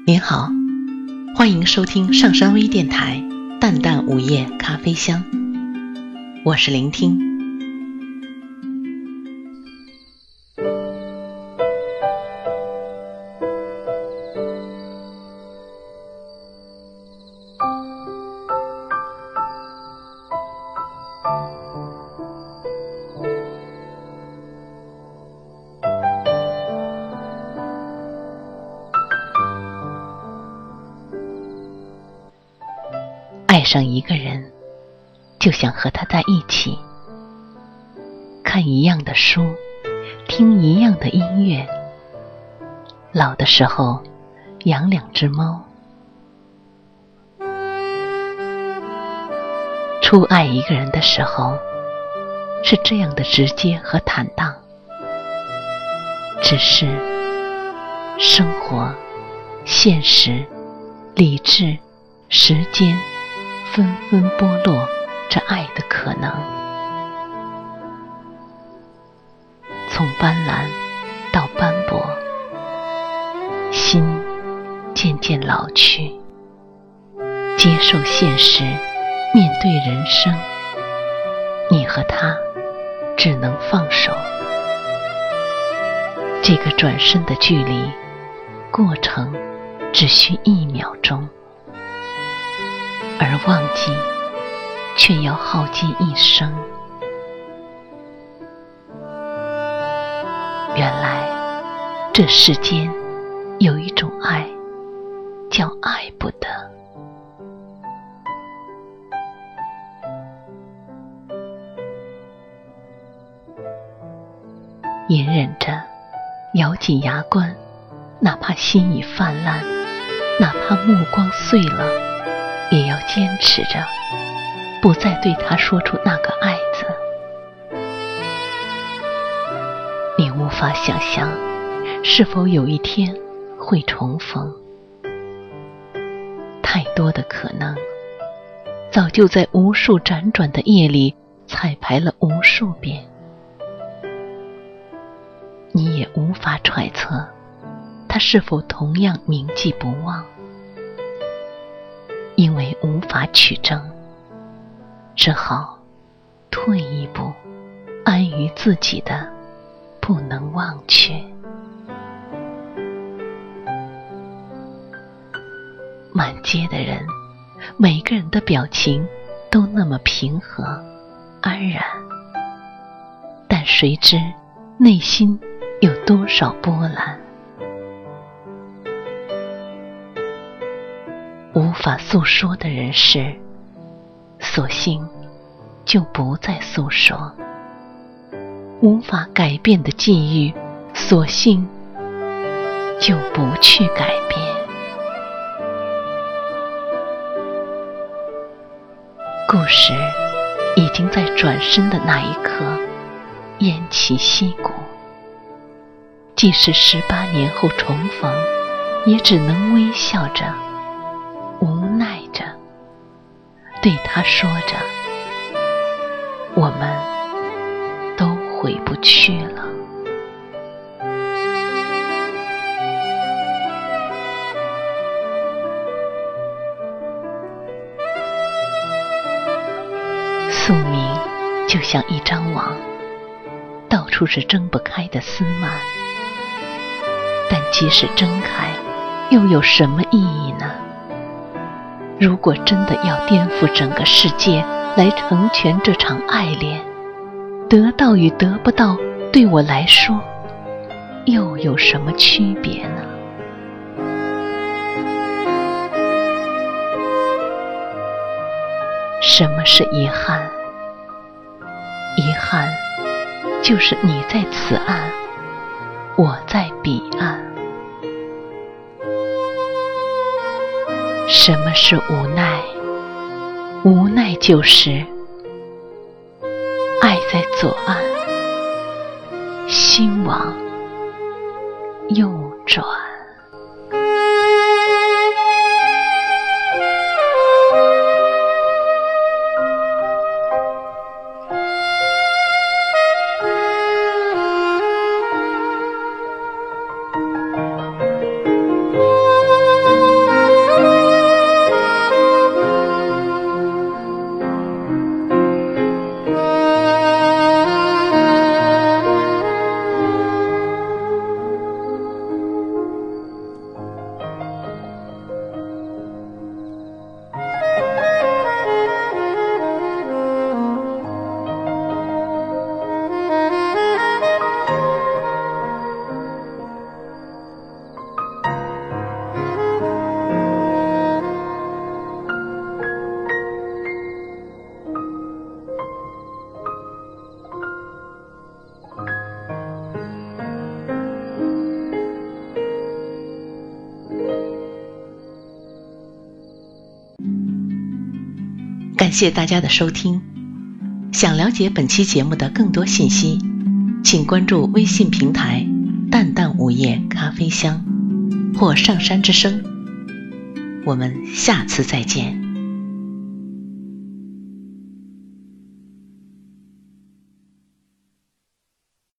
您好，欢迎收听上山微电台淡淡午夜咖啡香，我是聆听。爱上一个人，就想和他在一起，看一样的书，听一样的音乐，老的时候养2只猫。初爱一个人的时候，是这样的直接和坦荡，只是生活、现实、理智、时间纷纷剥落这爱的可能，从斑斓到斑驳，心渐渐老去，接受现实，面对人生，你和他只能放手。这个转身的距离，过程只需1秒钟，而忘记却要耗尽一生。原来这世间有一种爱，叫爱不得。隐忍着，咬紧牙关，哪怕心已泛滥，哪怕目光碎了，也要坚持着，不再对他说出那个爱字。你无法想象，是否有一天会重逢。太多的可能，早就在无数辗转的夜里彩排了无数遍。你也无法揣测，他是否同样铭记不忘。因为无法取证，只好退一步，安于自己的不能忘却。满街的人，每个人的表情都那么平和安然，但谁知内心有多少波澜。无法诉说的人事，索性就不再诉说；无法改变的际遇，索性就不去改变。故事已经在转身的那一刻偃旗息鼓，即使18年后重逢，也只能微笑着，无奈着，对他说着，我们都回不去了。宿命就像一张网，到处是睁不开的丝蔓，但即使睁开，又有什么意义呢？如果真的要颠覆整个世界来成全这场爱恋，得到与得不到对我来说又有什么区别呢？什么是遗憾？遗憾就是你在此岸，我在彼岸。什么是无奈？无奈就是爱在左岸，心往右转。 感谢大家的收听。想了解本期节目的更多信息，请关注微信平台淡淡午夜咖啡香或上山之声。我们下次再见。